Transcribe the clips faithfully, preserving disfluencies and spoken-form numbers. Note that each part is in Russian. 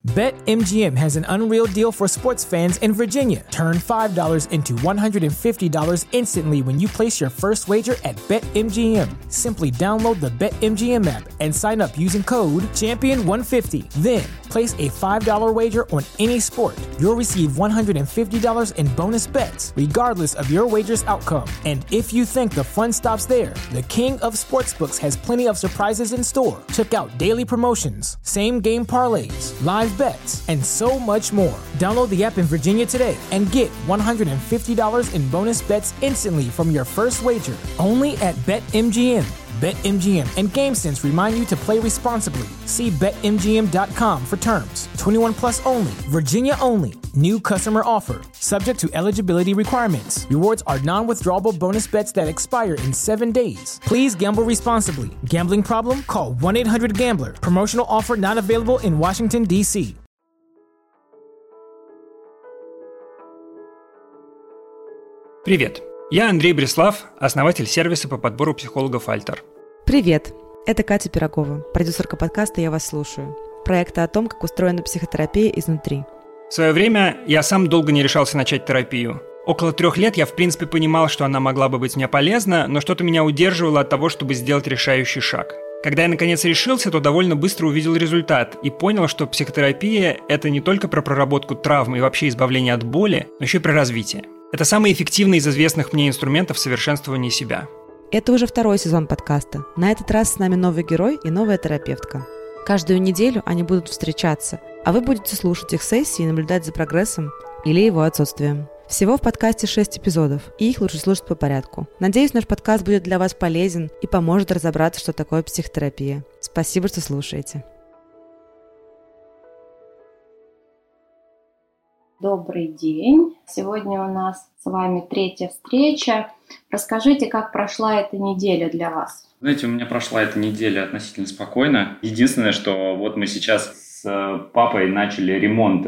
BetMGM has an unreal deal for sports fans in Virginia. Turn five dollars into one hundred fifty dollars instantly when you place your first wager at BetMGM. Simply download the BetMGM app and sign up using code champion one fifty. Then, place a five dollars wager on any sport. You'll receive one hundred fifty dollars in bonus bets, regardless of your wager's outcome. And if you think the fun stops there, the King of Sportsbooks has plenty of surprises in store. Check out daily promotions, same-game parlays, live bets, and so much more. Download the app in Virginia today and get one hundred fifty dollars in bonus bets instantly from your first wager. Only at BetMGM. BetMGM and GameSense remind you to play responsibly. See Bet M G M dot com for terms. twenty-one plus only. Virginia only. New customer offer. Subject to eligibility requirements. Rewards are non-withdrawable bonus bets that expire in seven days. Please gamble responsibly. Gambling problem? Call one eight hundred gambler. Promotional offer not available in Washington, ди си. Привет. Я Андрей Бреслав, основатель сервиса по подбору психологов «Альтер». Привет, это Катя Пирогова, продюсерка подкаста «Я вас слушаю», проекта о том, как устроена психотерапия изнутри. В свое время я сам долго не решался начать терапию. Около трех лет я в принципе понимал, что она могла бы быть мне полезна, но что-то меня удерживало от того, чтобы сделать решающий шаг. Когда я наконец решился, то довольно быстро увидел результат и понял, что психотерапия – это не только про проработку травм и вообще избавление от боли, но еще и про развитие. Это самый эффективный из известных мне инструментов совершенствования себя. Это уже второй сезон подкаста. На этот раз с нами новый герой и новая терапевтка. Каждую неделю они будут встречаться, а вы будете слушать их сессии и наблюдать за прогрессом или его отсутствием. Всего в подкасте шесть эпизодов, и их лучше слушать по порядку. Надеюсь, наш подкаст будет для вас полезен и поможет разобраться, что такое психотерапия. Спасибо, что слушаете. Добрый день. Сегодня у нас с вами третья встреча. Расскажите, как прошла эта неделя для вас? Знаете, у меня прошла эта неделя относительно спокойно. Единственное, что вот мы сейчас с папой начали ремонт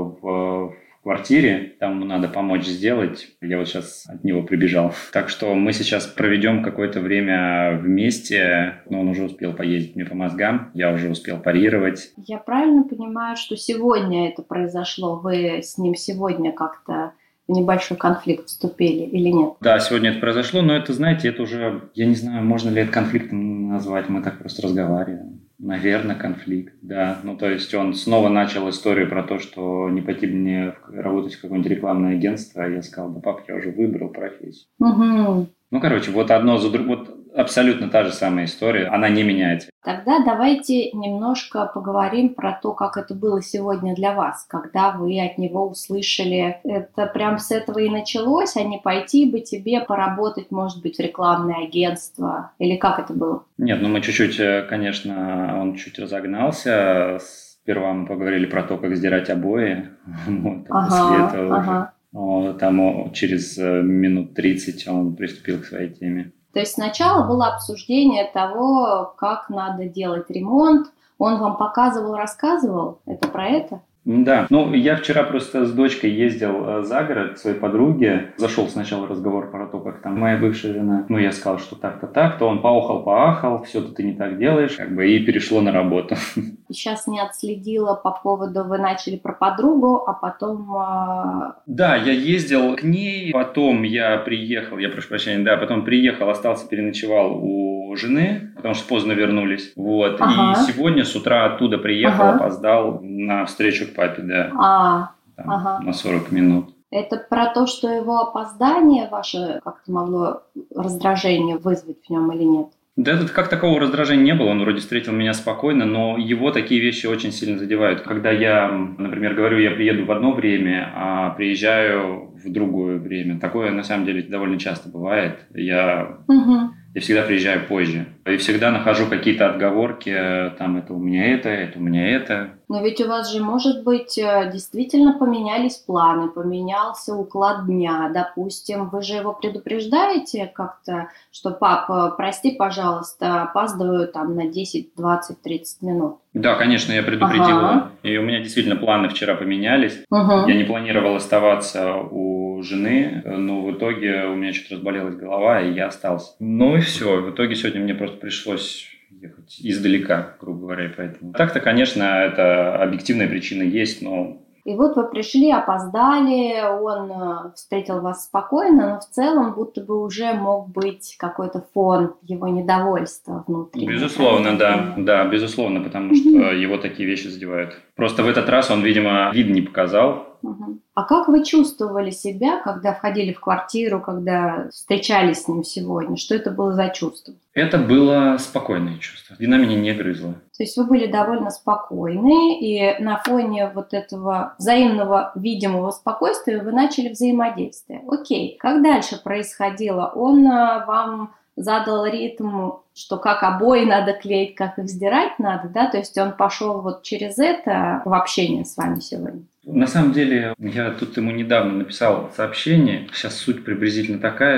в квартире. Там ему надо помочь сделать. Я вот сейчас от него прибежал. Так что мы сейчас проведем какое-то время вместе. Но он уже успел поездить мне по мозгам. Я уже успел парировать. Я правильно понимаю, что сегодня это произошло? Вы с ним сегодня как-то в небольшой конфликт вступили или нет? Да, сегодня это произошло, но это, знаете, это уже, я не знаю, можно ли это конфликтом назвать. Мы так просто разговариваем. Наверное, конфликт, да. Ну, то есть он снова начал историю про то, что не пойти мне работать в какое-нибудь рекламное агентство. Я сказал, да, пап, я уже выбрал профессию. Угу. Ну, короче, вот одно за другим, вот абсолютно та же самая история, она не меняется. Тогда давайте немножко поговорим про то, как это было сегодня для вас, когда вы от него услышали. Это прям с этого и началось, а не пойти бы тебе поработать, может быть, в рекламное агентство? Или как это было? Нет, ну мы чуть-чуть, конечно, он чуть разогнался. Сперва мы поговорили про то, как сдирать обои. Вот, а ага, после этого ага. уже, там через минут тридцать он приступил к своей теме. То есть сначала было обсуждение того, как надо делать ремонт. Он вам показывал, рассказывал? Это про это? Да. Ну, я вчера просто с дочкой ездил за город к своей подруге. Зашел сначала разговор про то, как там моя бывшая жена. Ну, я сказал, что так-то так-то. Он поохал-поахал, все-то ты не так делаешь. Как бы и перешло на работу. Сейчас не отследила по поводу, вы начали про подругу, а потом... Да, я ездил к ней, потом я приехал, я прошу прощения, да, потом приехал, остался, переночевал у жены, потому что поздно вернулись. Вот. Ага. И сегодня с утра оттуда приехал, ага. опоздал на встречу к папе, да. А, там, ага. На сорок минут. Это про то, что его опоздание ваше как-то могло раздражение вызвать в нем или нет? Да, тут как такого раздражения не было, он вроде встретил меня спокойно, но его такие вещи очень сильно задевают. Когда я, например, говорю, я приеду в одно время, а приезжаю в другое время. Такое, на самом деле, довольно часто бывает. Я, угу. я всегда приезжаю позже. И всегда нахожу какие-то отговорки, там, это у меня это, это у меня это. Но ведь у вас же, может быть, действительно поменялись планы, поменялся уклад дня, допустим. Вы же его предупреждаете как-то, что, пап, прости, пожалуйста, опаздываю там на десять, двадцать, тридцать минут. Да, конечно, я предупредил ага. его. И у меня действительно планы вчера поменялись. Угу. Я не планировал оставаться у жены, но в итоге у меня что-то разболелась голова, и я остался. Ну и все. В итоге сегодня мне просто пришлось ехать издалека, грубо говоря, поэтому. Так-то, конечно, это объективная причина есть, но... И вот вы пришли, опоздали, он встретил вас спокойно, но в целом будто бы уже мог быть какой-то фон его недовольства внутри. Безусловно, да, да, безусловно, потому что его такие вещи задевают. Просто в этот раз он, видимо, вид не показал. Угу. А как вы чувствовали себя, когда входили в квартиру, когда встречались с ним сегодня? Что это было за чувство? Это было спокойное чувство. Вина меня не грызла. То есть вы были довольно спокойны, и на фоне вот этого взаимного видимого спокойствия вы начали взаимодействие. Окей, как дальше происходило? Он вам задал ритм, что как обои надо клеить, как их сдирать надо, да? То есть он пошел вот через это в общение с вами сегодня? На самом деле, я тут ему недавно написал сообщение. Сейчас суть приблизительно такая,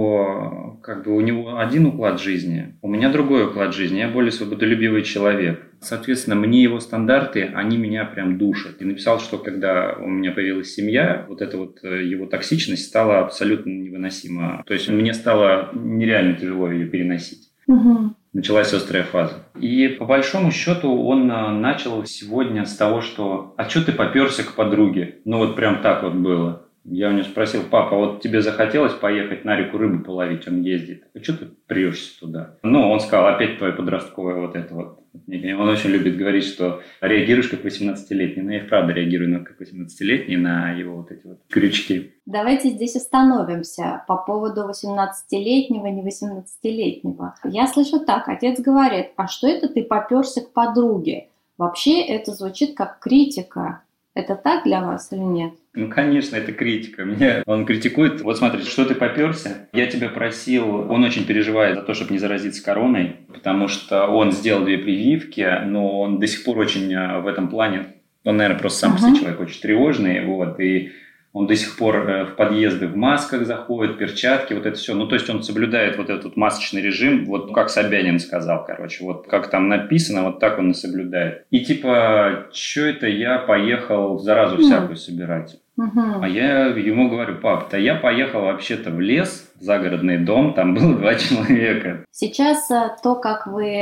что как бы у него один уклад жизни, у меня другой уклад жизни. Я более свободолюбивый человек. Соответственно, мне его стандарты, они меня прям душат. И написал, что когда у меня появилась семья, вот эта вот его токсичность стала абсолютно невыносима. То есть мне стало нереально тяжело ее переносить. Угу. Началась острая фаза. И по большому счету он начал сегодня с того, что «А что ты попёрся к подруге?» Ну вот прям так вот было. Я у него спросил: папа, вот тебе захотелось поехать на реку рыбу половить? Он ездит. А что ты прешься туда? Ну, он сказал, опять твое подростковое вот это вот. Он очень любит говорить, что реагируешь как восемнадцатилетний. Но я и правда реагирую как восемнадцатилетний на его вот эти вот крючки. Давайте здесь остановимся по поводу восемнадцатилетнего, не восемнадцатилетнего. Я слышу так, отец говорит: а что это ты попёрся к подруге? Вообще это звучит как критика. Это так для вас или нет? Ну, конечно, это критика. Меня он критикует. Вот смотри, что ты попёрся? Я тебя просил... Он очень переживает за то, чтобы не заразиться короной, потому что он сделал две прививки, но он до сих пор очень в этом плане... Он, наверное, просто сам по себе человек очень тревожный, вот, и он до сих пор в подъезды в масках заходит, перчатки, вот это все. Ну, то есть он соблюдает вот этот масочный режим, вот как Собянин сказал, короче. Вот как там написано, вот так он и соблюдает. И типа, что это я поехал заразу всякую собирать? Uh-huh. А я ему говорю: пап, да я поехал вообще-то в лес, в загородный дом, там было два человека. Сейчас то, как вы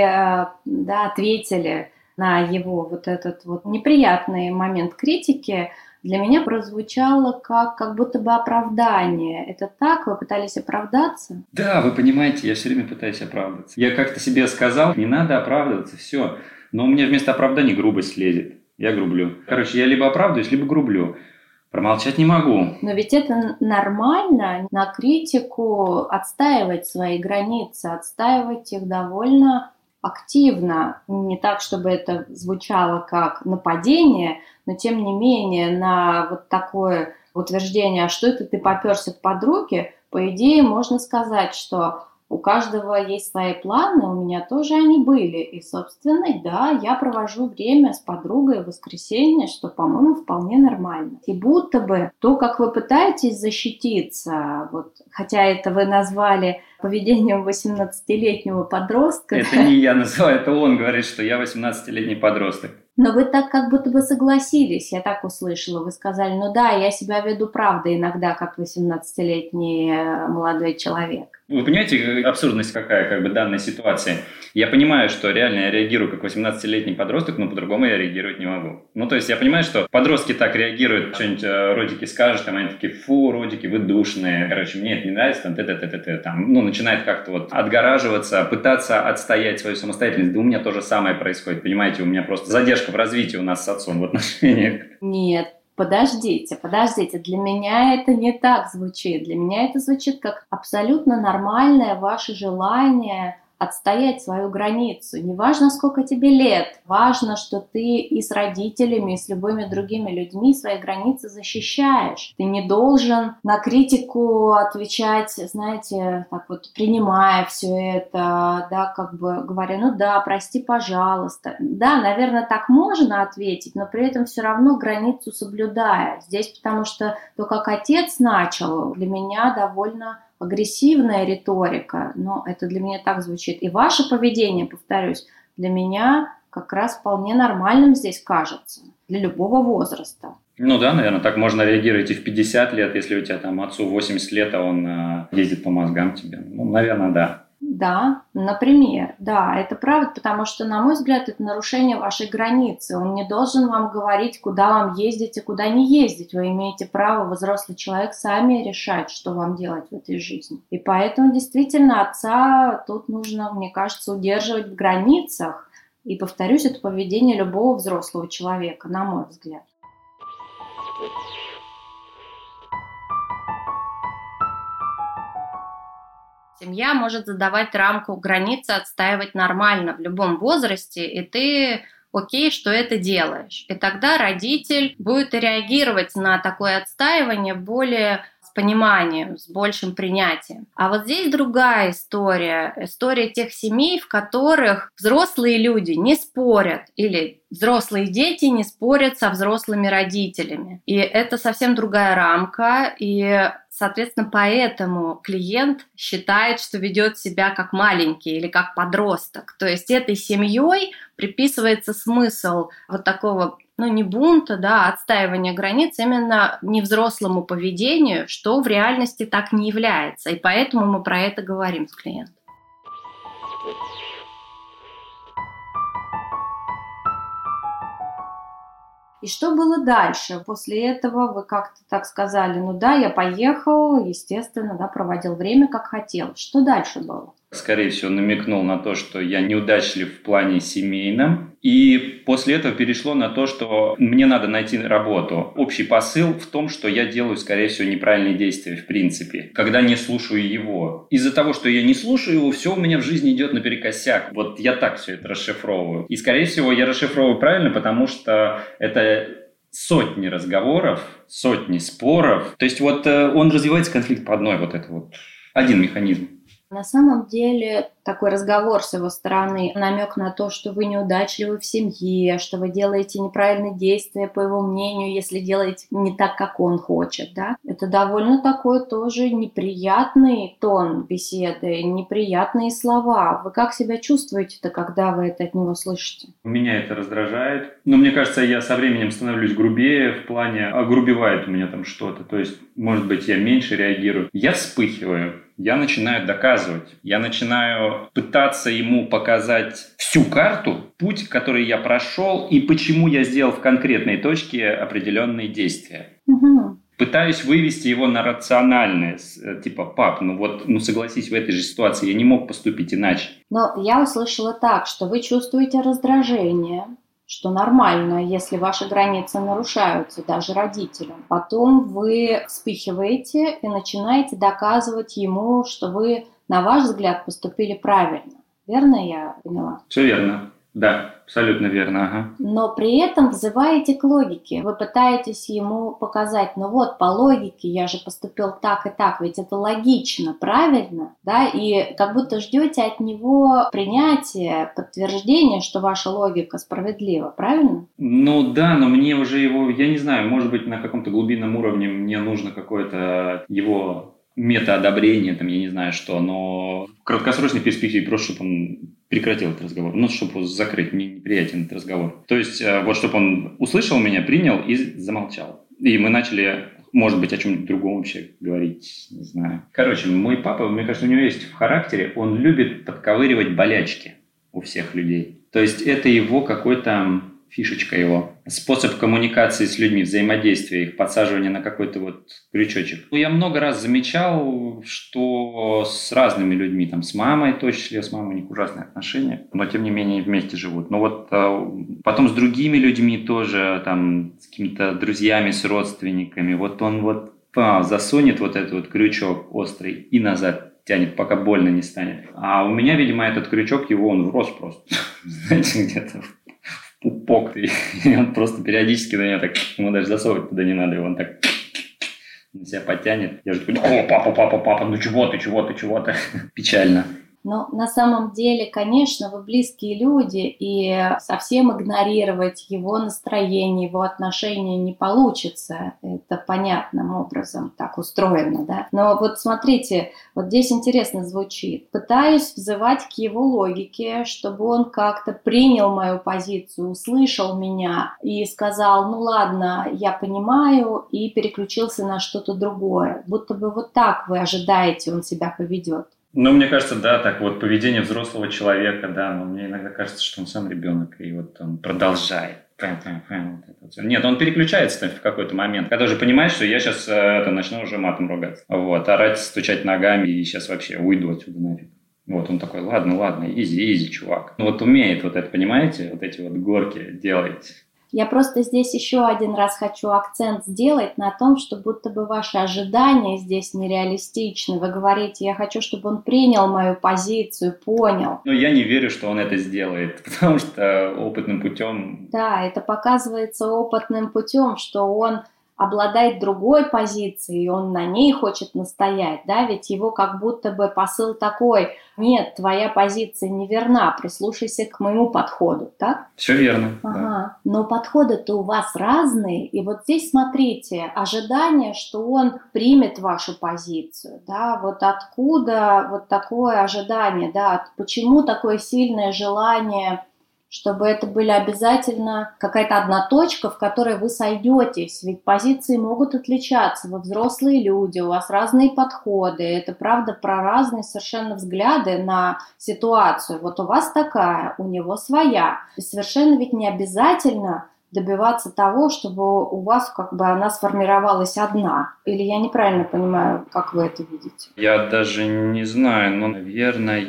да, ответили на его вот этот вот неприятный момент критики, для меня прозвучало как, как будто бы оправдание. Это так? Вы пытались оправдаться? Да, вы понимаете, я все время пытаюсь оправдаться. Я как-то себе сказал, не надо оправдываться, все. Но у меня вместо оправдания грубость лезет. Я грублю. Короче, я либо оправдываюсь, либо грублю. Промолчать не могу. Но ведь это нормально, на критику отстаивать свои границы, отстаивать их довольно активно. Не так, чтобы это звучало как нападение, но тем не менее на вот такое утверждение: а что это ты попёрся к подруге, по идее можно сказать, что у каждого есть свои планы, у меня тоже они были. И, собственно, да, я провожу время с подругой в воскресенье, что, по-моему, вполне нормально. И будто бы то, как вы пытаетесь защититься, вот, хотя это вы назвали поведением восемнадцатилетнего подростка. Это не я назвал, это он говорит, что я восемнадцатилетний подросток. Но вы так как будто бы согласились, я так услышала. Вы сказали: ну да, я себя веду правда иногда, как восемнадцатилетний молодой человек. Вы понимаете, абсурдность какая как бы данной ситуации? Я понимаю, что реально я реагирую как восемнадцатилетний подросток, но по-другому я реагировать не могу. Ну, то есть я понимаю, что подростки так реагируют, что-нибудь родики скажут, там они такие: фу, родики, вы душные, короче, мне это не нравится, там, т-т-т-т-т, там, ну, начинает как-то вот отгораживаться, пытаться отстоять свою самостоятельность. Да у меня то же самое происходит, понимаете, у меня просто задержка в развитии у нас с отцом в отношениях. Нет. Подождите, подождите, для меня это не так звучит. Для меня это звучит как абсолютно нормальное ваше желание отстоять свою границу. Неважно, сколько тебе лет, важно, что ты и с родителями, и с любыми другими людьми свои границы защищаешь. Ты не должен на критику отвечать, знаете, так вот, принимая все это, да, как бы говоря: ну да, прости, пожалуйста. Да, наверное, так можно ответить, но при этом все равно границу соблюдая. Здесь потому что то, как отец начал, для меня довольно агрессивная риторика, но это для меня так звучит. И ваше поведение, повторюсь, для меня как раз вполне нормальным здесь кажется, для любого возраста. Ну да, наверное, так можно реагировать и в пятьдесят лет, если у тебя там отцу восемьдесят лет, а он э, ездит по мозгам тебе. Ну, наверное, да. Да, например, да, это правда, потому что, на мой взгляд, это нарушение вашей границы. Он не должен вам говорить, куда вам ездить и куда не ездить. Вы имеете право, вы взрослый человек, сами решать, что вам делать в этой жизни. И поэтому действительно отца тут нужно, мне кажется, удерживать в границах. И, повторюсь, это поведение любого взрослого человека, на мой взгляд. Семья может задавать рамку, границы отстаивать нормально в любом возрасте, и ты окей, что это делаешь. И тогда родитель будет реагировать на такое отстаивание более с пониманием, с большим принятием. А вот здесь другая история. История тех семей, в которых взрослые люди не спорят или взрослые дети не спорят со взрослыми родителями. И это совсем другая рамка, и соответственно, поэтому клиент считает, что ведет себя как маленький или как подросток. То есть этой семьей приписывается смысл вот такого, ну не бунта, да, а отстаивания границ именно невзрослому поведению, что в реальности так не является. И поэтому мы про это говорим с клиентом. И что было дальше? После этого вы как-то так сказали, ну да, я поехал, естественно, да, проводил время, как хотел. Что дальше было? Скорее всего, намекнул на то, что я неудачлив в плане семейном. И после этого перешло на то, что мне надо найти работу. Общий посыл в том, что я делаю, скорее всего, неправильные действия в принципе, когда не слушаю его. Из-за того, что я не слушаю его, все у меня в жизни идет наперекосяк. Вот я так все это расшифровываю. И, скорее всего, я расшифровываю правильно, потому что это сотни разговоров, сотни споров. То есть вот он развивается, конфликт по одной, вот это вот один механизм. На самом деле такой разговор с его стороны, намек на то, что вы неудачливы в семье, что вы делаете неправильные действия, по его мнению, если делаете не так, как он хочет, да? Это довольно такой тоже неприятный тон беседы, неприятные слова. Вы как себя чувствуете-то, когда вы это от него слышите? Меня это раздражает. Но мне кажется, я со временем становлюсь грубее в плане, огрубевает у меня там что-то. То есть, может быть, я меньше реагирую. Я вспыхиваю. Я начинаю доказывать, я начинаю пытаться ему показать всю карту, путь, который я прошел, и почему я сделал в конкретной точке определенные действия. Угу. Пытаюсь вывести его на рациональное, типа, пап, ну вот, ну согласись, в этой же ситуации я не мог поступить иначе. Но я услышала так, что вы чувствуете раздражение, что нормально, если ваши границы нарушаются даже родителям. Потом вы вспыхиваете и начинаете доказывать ему, что вы, на ваш взгляд, поступили правильно. Верно я поняла? Все верно. Да, абсолютно верно, ага. Но при этом взываете к логике. Вы пытаетесь ему показать, ну вот, по логике я же поступил так и так, ведь это логично, правильно? Да? И как будто ждете от него принятия, подтверждения, что ваша логика справедлива, правильно? Ну да, но мне уже его, я не знаю, может быть, на каком-то глубинном уровне мне нужно какое-то его метаодобрение, там, я не знаю что, но в краткосрочной перспективе просто, чтобы он прекратил этот разговор, ну, чтобы закрыть, мне неприятен этот разговор. То есть, вот, чтобы он услышал меня, принял и замолчал. И мы начали, может быть, о чем-нибудь другом вообще говорить, не знаю. Короче, мой папа, мне кажется, у него есть в характере, он любит подковыривать болячки у всех людей. То есть, это его какой-то... фишечка его, способ коммуникации с людьми, взаимодействия их, подсаживания на какой-то вот крючочек. Ну, я много раз замечал, что с разными людьми, там, с мамой, в том числе, с мамой у них ужасные отношения, но тем не менее вместе живут. Но вот а, потом с другими людьми тоже, там, с какими-то друзьями, с родственниками, вот он вот а, засунет вот этот вот крючок острый и назад тянет, пока больно не станет. А у меня, видимо, этот крючок, его он врос просто, знаете, где-то пупок, и он просто периодически на меня так, ему даже засовывать туда не надо, и он так на себя потянет. Я же такой, о, папа, папа, папа, ну чего ты, чего ты, чего ты. Печально. Но на самом деле, конечно, вы близкие люди, и совсем игнорировать его настроение, его отношения не получится. Это понятным образом так устроено, да. Но вот смотрите, вот здесь интересно звучит. Пытаюсь взывать к его логике, чтобы он как-то принял мою позицию, услышал меня и сказал, ну ладно, я понимаю, и переключился на что-то другое. Будто бы вот так вы ожидаете, он себя поведет. Ну, мне кажется, да, так вот, поведение взрослого человека, да, но мне иногда кажется, что он сам ребенок, и вот он продолжает. Нет, он переключается в какой-то момент, когда уже понимаешь, что я сейчас это, начну уже матом ругаться. Вот, орать, стучать ногами, и сейчас вообще уйду отсюда нафиг. Вот, он такой, ладно, ладно, изи, изи, чувак. Ну, вот умеет вот это, понимаете, вот эти вот горки делать. Я просто здесь еще один раз хочу акцент сделать на том, что будто бы ваши ожидания здесь нереалистичны. Вы говорите, я хочу, чтобы он принял мою позицию, понял. Но я не верю, что он это сделает, потому что опытным путем... Да, это показывается опытным путем, что он обладает другой позицией, и он на ней хочет настоять, да, ведь его как будто бы посыл такой: нет, твоя позиция неверна, прислушайся к моему подходу, так? Все верно. Ага. Да. Но подходы-то у вас разные, и вот здесь смотрите, ожидание, что он примет вашу позицию, да, вот откуда вот такое ожидание, да, почему такое сильное желание, чтобы это были обязательно какая-то одна точка, в которой вы сойдетесь. Ведь позиции могут отличаться. Вы взрослые люди, у вас разные подходы. Это правда про разные совершенно взгляды на ситуацию. Вот у вас такая, у него своя. И совершенно ведь не обязательно добиваться того, чтобы у вас как бы она сформировалась одна. Или я неправильно понимаю, как вы это видите? Я даже не знаю, но, наверное,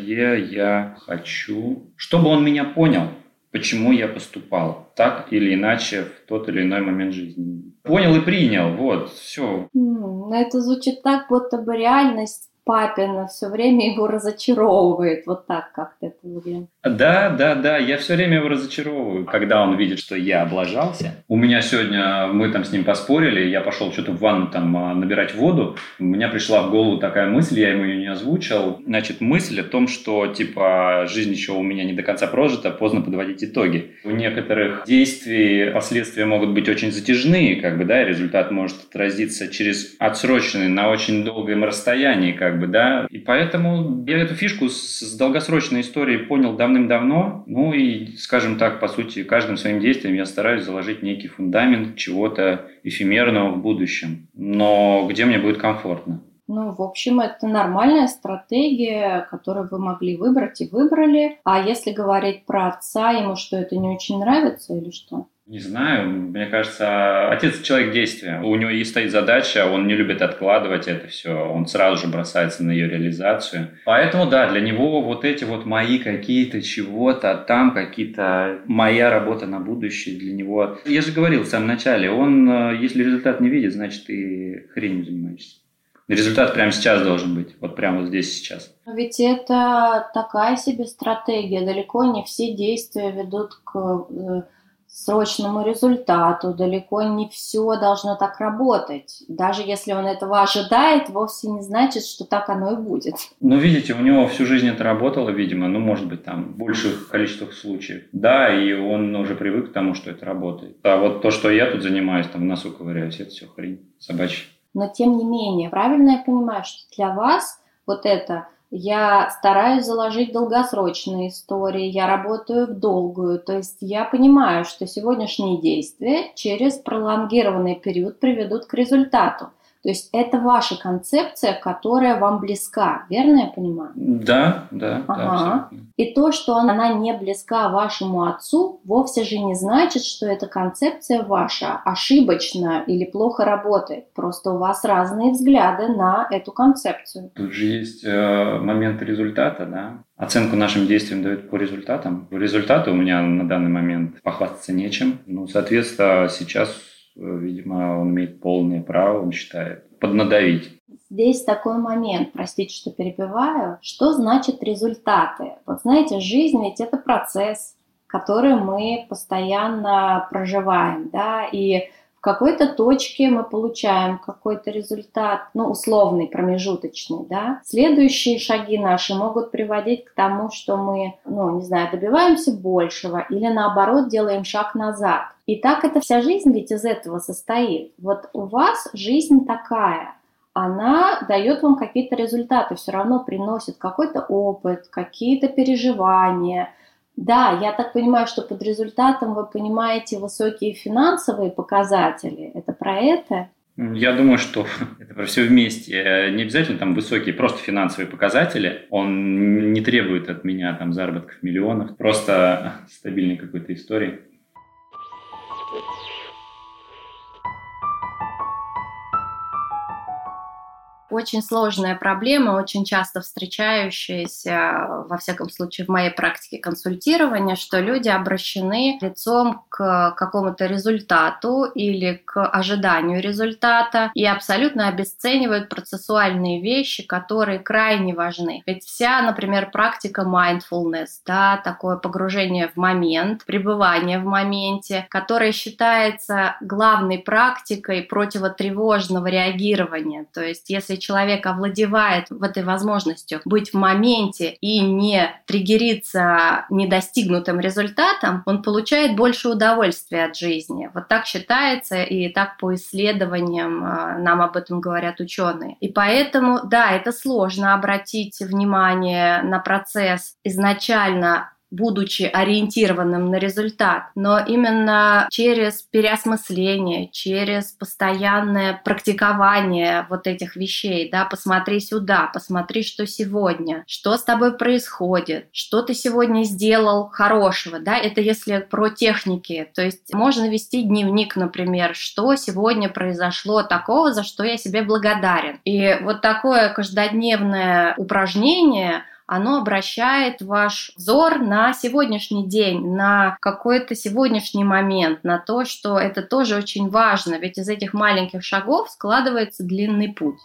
я хочу, чтобы он меня понял, почему я поступал так или иначе в тот или иной момент жизни. Понял и принял, вот, все. Mm, это звучит так, будто бы реальность папина все время его разочаровывает. Вот так как-то это выглядит. Да, да, да, я все время его разочаровываю, когда он видит, что я облажался. У меня сегодня, мы там с ним поспорили, я пошел что-то в ванну там набирать воду. У меня пришла в голову такая мысль, я ему ее не озвучил. Значит, мысль о том, что, типа, жизнь еще у меня не до конца прожита, поздно подводить итоги. У некоторых действий последствия могут быть очень затяжные, как бы, да, и результат может отразиться через отсроченный на очень долгом расстоянии, как бы, да. И поэтому я эту фишку с, с долгосрочной историей понял давно, давным-давно, ну и, скажем так, по сути, каждым своим действием я стараюсь заложить некий фундамент чего-то эфемерного в будущем, но где мне будет комфортно. Ну, в общем, это нормальная стратегия, которую вы могли выбрать и выбрали. А если говорить про отца, ему что, это не очень нравится или что? Не знаю, мне кажется, отец – человек действия. У него и стоит задача, он не любит откладывать это все, он сразу же бросается на ее реализацию. Поэтому, да, для него вот эти вот мои какие-то чего-то, там какие-то, моя работа на будущее для него. Я же говорил в самом начале, он, если результат не видит, значит, ты хренью занимаешься. Результат прямо сейчас должен быть, вот прямо вот здесь сейчас. Ведь это такая себе стратегия, далеко не все действия ведут к срочному результату, далеко не все должно так работать. Даже если он этого ожидает, вовсе не значит, что так оно и будет. Ну, видите, у него всю жизнь это работало, видимо, ну, может быть, там, в больших количествах случаев. Да, и он уже привык к тому, что это работает. А вот то, что я тут занимаюсь, там, в носу ковыряюсь, это все хрень собачья. Но, тем не менее, правильно я понимаю, что для вас вот это... Я стараюсь заложить долгосрочные истории, я работаю в долгую, то есть я понимаю, что сегодняшние действия через пролонгированный период приведут к результату. То есть это ваша концепция, которая вам близка, верно я понимаю? Да, да, ага. да, абсолютно. И то, что она не близка вашему отцу, вовсе же не значит, что эта концепция ваша ошибочна или плохо работает. Просто у вас разные взгляды на эту концепцию. Тут же есть э, момент результата, да. Оценку нашим действиям дают по результатам. Результаты у меня на данный момент похвастаться нечем. Ну, соответственно, сейчас... Видимо, он имеет полное право, он считает, поднадавить. Здесь такой момент, простите, что перебиваю. Что значит результаты? Вот знаете, жизнь ведь это процесс, который мы постоянно проживаем, да, и в какой-то точке мы получаем какой-то результат, ну, условный, промежуточный, да. Следующие шаги наши могут приводить к тому, что мы, ну, не знаю, добиваемся большего или, наоборот, делаем шаг назад. И так это вся жизнь ведь из этого состоит. Вот у вас жизнь такая, она дает вам какие-то результаты, все равно приносит какой-то опыт, какие-то переживания. Да, я так понимаю, что под результатом вы понимаете высокие финансовые показатели. Это про это? Я думаю, что это Все вместе. Не обязательно там высокие, просто финансовые показатели. Он не требует от меня там заработков миллионов. Просто стабильной какой-то истории. Очень сложная проблема, очень часто встречающаяся, во всяком случае, в моей практике консультирования, что люди обращены лицом к какому-то результату или к ожиданию результата и абсолютно обесценивают процессуальные вещи, которые крайне важны. Ведь вся, например, практика mindfulness, да, такое погружение в момент, пребывание в моменте, которое считается главной практикой противотревожного реагирования. То есть, если человек овладевает в этой возможностью быть в моменте и не триггериться недостигнутым результатом, он получает больше удовольствия от жизни. Вот так считается, и так по исследованиям нам об этом говорят ученые. И поэтому, да, это сложно обратить внимание на процесс изначально, будучи ориентированным на результат, но именно через переосмысление, через постоянное практикование вот этих вещей, да, посмотри сюда, посмотри, что сегодня, что с тобой происходит, что ты сегодня сделал хорошего, да, это если про техники, то есть можно вести дневник, например, что сегодня произошло такого, за что я себе благодарен. И вот такое каждодневное упражнение, оно обращает ваш взор на сегодняшний день, на какой-то сегодняшний момент, на то, что это тоже очень важно, ведь из этих маленьких шагов складывается длинный путь.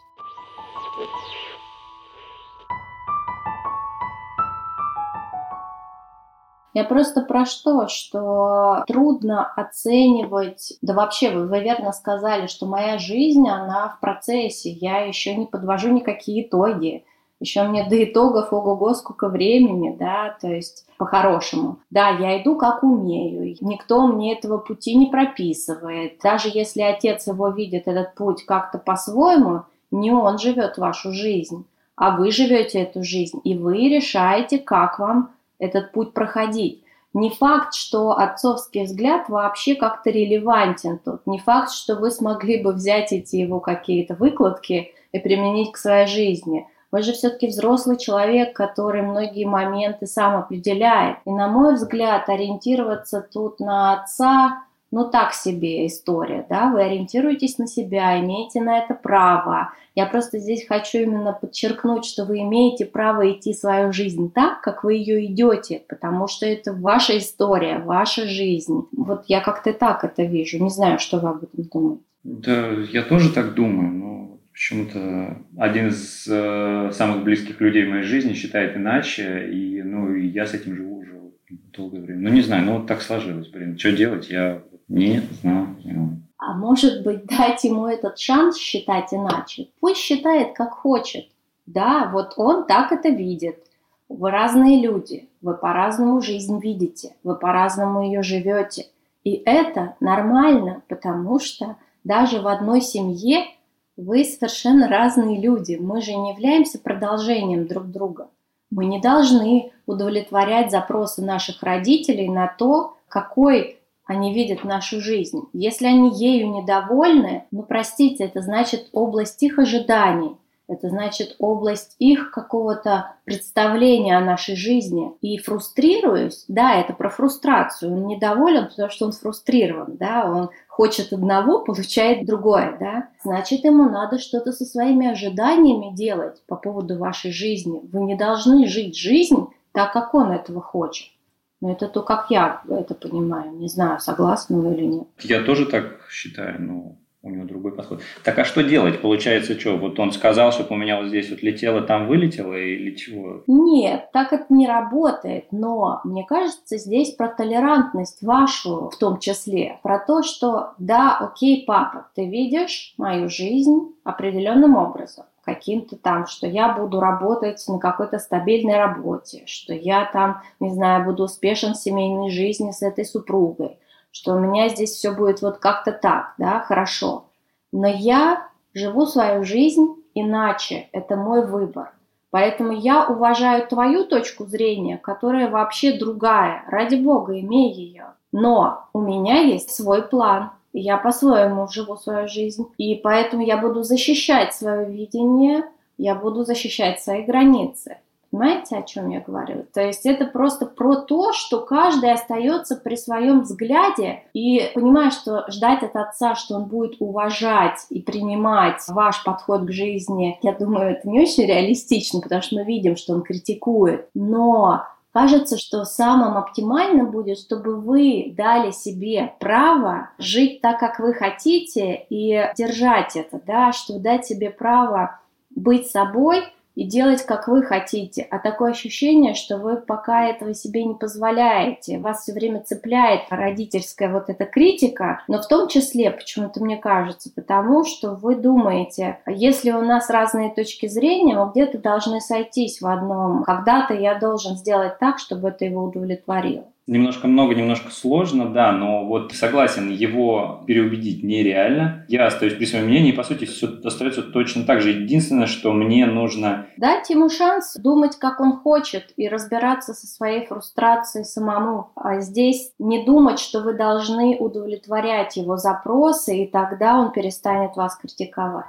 Я просто про что, что трудно оценивать, да вообще вы, вы верно сказали, что моя жизнь, она в процессе, я еще не подвожу никакие итоги. Еще мне до итогов ого-го сколько времени, да, то есть по-хорошему. Да, я иду как умею, никто мне этого пути не прописывает. Даже если отец его видит, этот путь как-то по-своему, не он живет вашу жизнь, а вы живете эту жизнь, и вы решаете, как вам этот путь проходить. Не факт, что отцовский взгляд вообще как-то релевантен тут. Не факт, что вы смогли бы взять эти его какие-то выкладки и применить к своей жизни. Вы же все-таки взрослый человек, который многие моменты сам определяет. И, на мой взгляд, ориентироваться тут на отца, ну так себе история, да? Вы ориентируетесь на себя, имеете на это право. Я просто здесь хочу именно подчеркнуть, что вы имеете право идти свою жизнь так, как вы ее идете, потому что это ваша история, ваша жизнь. Вот я как-то так это вижу. Не знаю, что вы об этом думаете. Да, я тоже так думаю, но почему-то один из э, самых близких людей в моей жизни считает иначе, и ну и я с этим живу уже долгое время. Ну не знаю, ну вот так сложилось, блин. Что делать, я не знаю. А может быть, дать ему этот шанс считать иначе? Пусть считает, как хочет. Да, вот он так это видит. Вы разные люди, вы по-разному жизнь видите, вы по-разному ее живете. И это нормально, потому что даже в одной семье вы совершенно разные люди. Мы же не являемся продолжением друг друга. Мы не должны удовлетворять запросы наших родителей на то, какой они видят нашу жизнь. Если они ею недовольны, ну простите, это значит область их ожиданий. Это значит область их какого-то представления о нашей жизни. И фрустрируюсь, да, это про фрустрацию. Он недоволен, потому что он фрустрирован, да, он хочет одного, получает другое, да. Значит, ему надо что-то со своими ожиданиями делать по поводу вашей жизни. Вы не должны жить жизнь так, как он этого хочет. Но это то, как я это понимаю. Не знаю, согласны вы или нет. Я тоже так считаю, но у него другой подход. Так а что делать? Получается, что? Вот он сказал, чтобы у меня вот здесь вот летело, там вылетело или чего? Нет, так это не работает. Но мне кажется, здесь про толерантность вашу в том числе. Про то, что да, окей, папа, ты видишь мою жизнь определенным образом. Каким-то там, что я буду работать на какой-то стабильной работе, что я там, не знаю, буду успешен в семейной жизни с этой супругой, что у меня здесь все будет вот как-то так, да, хорошо. Но я живу свою жизнь иначе, это мой выбор. Поэтому я уважаю твою точку зрения, которая вообще другая. Ради бога, имей ее. Но у меня есть свой план. я по-своему живу свою жизнь, и поэтому я буду защищать свое видение, я буду защищать свои границы. Понимаете, о чем я говорю? То есть это просто про то, что каждый остается при своем взгляде и понимая, что ждать от отца, что он будет уважать и принимать ваш подход к жизни, я думаю, это не очень реалистично, потому что мы видим, что он критикует. Но кажется, что самым оптимальным будет, чтобы вы дали себе право жить так, как вы хотите, и держать это, да, что дать себе право быть собой и делать, как вы хотите. А такое ощущение, что вы пока этого себе не позволяете. Вас все время цепляет родительская вот эта критика, но в том числе, почему-то мне кажется, потому что вы думаете, если у нас разные точки зрения, мы где-то должны сойтись в одном. Когда-то я должен сделать так, чтобы это его удовлетворило. Немножко много, немножко сложно, да, но вот согласен, его переубедить нереально. Я остаюсь при своем мнении, и, по сути, все остается точно так же. Единственное, что мне нужно... Дать ему шанс думать, как он хочет, и разбираться со своей фрустрацией самому. А здесь не думать, что вы должны удовлетворять его запросы, и тогда он перестанет вас критиковать.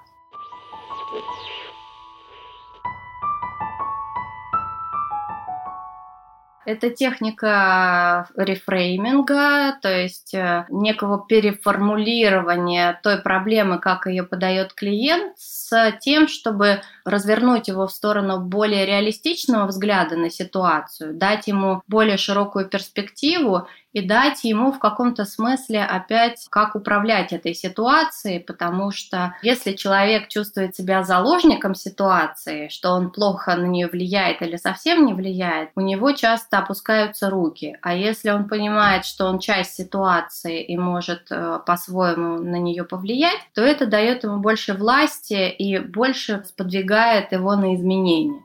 Это техника рефрейминга, то есть некого переформулирования той проблемы, как ее подает клиент, с тем, чтобы развернуть его в сторону более реалистичного взгляда на ситуацию, дать ему более широкую перспективу и дать ему в каком-то смысле опять, как управлять этой ситуацией, потому что если человек чувствует себя заложником ситуации, что он плохо на нее влияет или совсем не влияет, у него часто опускаются руки. А если он понимает, что он часть ситуации и может э, по-своему на нее повлиять, то это дает ему больше власти и больше сподвигает его на изменения.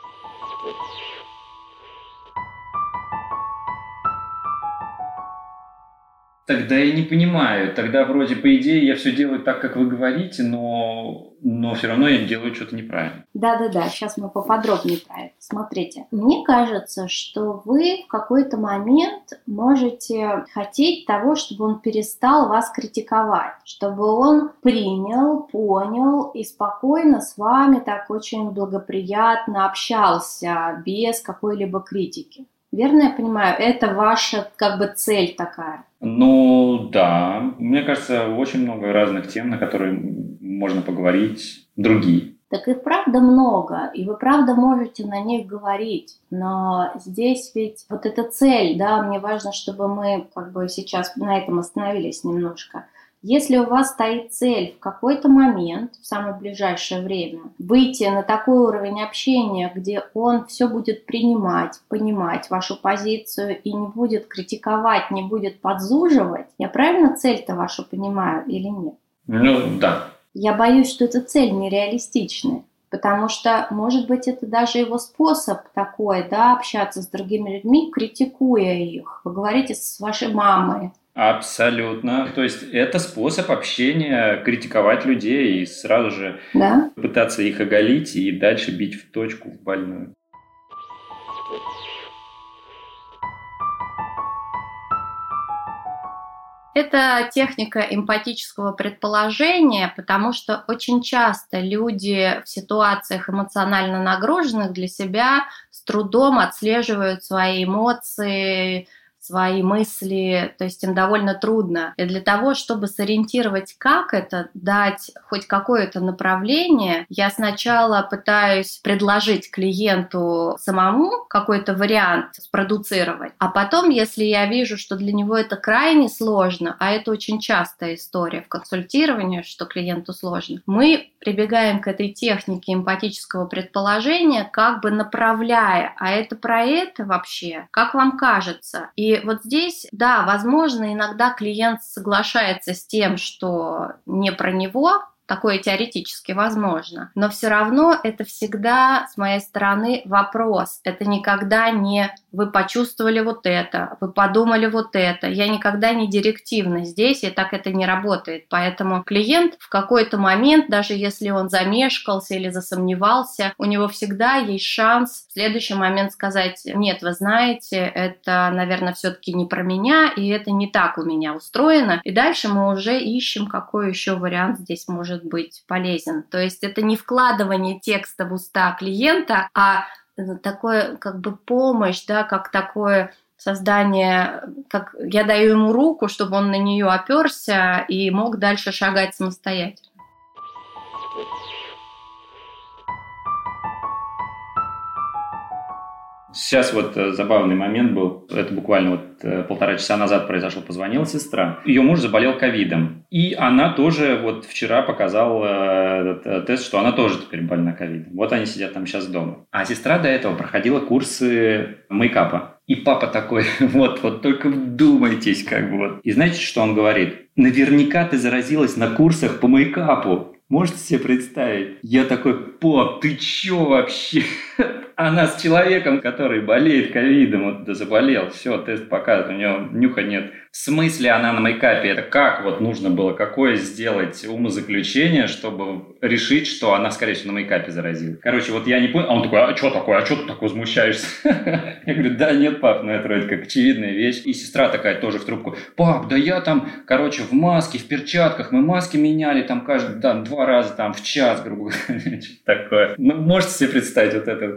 Тогда я не понимаю. Тогда вроде, по идее, я все делаю так, как вы говорите, но, но все равно я делаю что-то неправильно. Да-да-да, сейчас мы поподробнее про это. Смотрите, мне кажется, что вы в какой-то момент можете хотеть того, чтобы он перестал вас критиковать, чтобы он принял, понял и спокойно с вами так очень благоприятно общался, без какой-либо критики. Верно я понимаю? Это ваша как бы цель такая. Ну да, мне кажется, очень много разных тем, на которые можно поговорить, другие. Так их правда много, и вы правда можете на них говорить, но здесь ведь вот эта цель, да, мне важно, чтобы мы как бы сейчас на этом остановились немножко. Если у вас стоит цель в какой-то момент, в самое ближайшее время, выйти на такой уровень общения, где он все будет принимать, понимать вашу позицию и не будет критиковать, не будет подзуживать, я правильно цель-то вашу понимаю или нет? Ну, да. Я боюсь, что эта цель нереалистичная. Потому что, может быть, это даже его способ такой, да, общаться с другими людьми, критикуя их. Вы говорите с вашей мамой. Абсолютно. То есть это способ общения, критиковать людей и сразу же да? пытаться их оголить и дальше бить в точку, в больную. Это техника эмпатического предположения, потому что очень часто люди в ситуациях эмоционально нагруженных для себя с трудом отслеживают свои эмоции, свои мысли, то есть им довольно трудно. И для того, чтобы сориентировать, как это, дать хоть какое-то направление, я сначала пытаюсь предложить клиенту самому какой-то вариант спродуцировать, а потом, если я вижу, что для него это крайне сложно, а это очень частая история в консультировании, что клиенту сложно, мы прибегаем к этой технике эмпатического предположения, как бы направляя, а это про это вообще, как вам кажется? И вот здесь, да, возможно, иногда клиент соглашается с тем, что не про него, такое теоретически возможно. Но все равно это всегда, с моей стороны, вопрос. Это никогда не «вы почувствовали вот это», «вы подумали вот это». Я никогда не директивна здесь, и так это не работает. Поэтому клиент в какой-то момент, даже если он замешкался или засомневался, у него всегда есть шанс в следующий момент сказать: «Нет, вы знаете, это, наверное, все-таки не про меня, и это не так у меня устроено». И дальше мы уже ищем, какой еще вариант здесь может быть полезен. То есть это не вкладывание текста в уста клиента, а такое как бы помощь, да, как такое создание, как я даю ему руку, чтобы он на нее оперся и мог дальше шагать самостоятельно. Сейчас вот забавный момент был, это буквально вот полтора часа назад произошло, позвонила сестра. Ее муж заболел ковидом, и она тоже вот вчера показала этот тест, что она тоже теперь больна ковидом. Вот они сидят там сейчас дома. А сестра до этого проходила курсы мейкапа. И папа такой: вот, вот только вдумайтесь, как бы вот. И знаете, что он говорит? Наверняка ты заразилась на курсах по мейкапу. Можете себе представить? Я такой: пап, ты чё вообще? Она с человеком, который болеет ковидом, вот заболел, все, тест показывает, у него нюха нет. В смысле она на мейкапе? Это как вот нужно было, какое сделать умозаключение, чтобы решить, что она, скорее всего, на мейкапе заразилась? Короче, вот я не понял. А он такой: а что такое? А что ты так возмущаешься? Я говорю: да нет, пап, ну это вроде как очевидная вещь. И сестра такая тоже в трубку: пап, да я там, короче, в маске, в перчатках, мы маски меняли там каждый, там, два раза там в час, грубо говоря, что-то такое. Ну, можете себе представить вот это?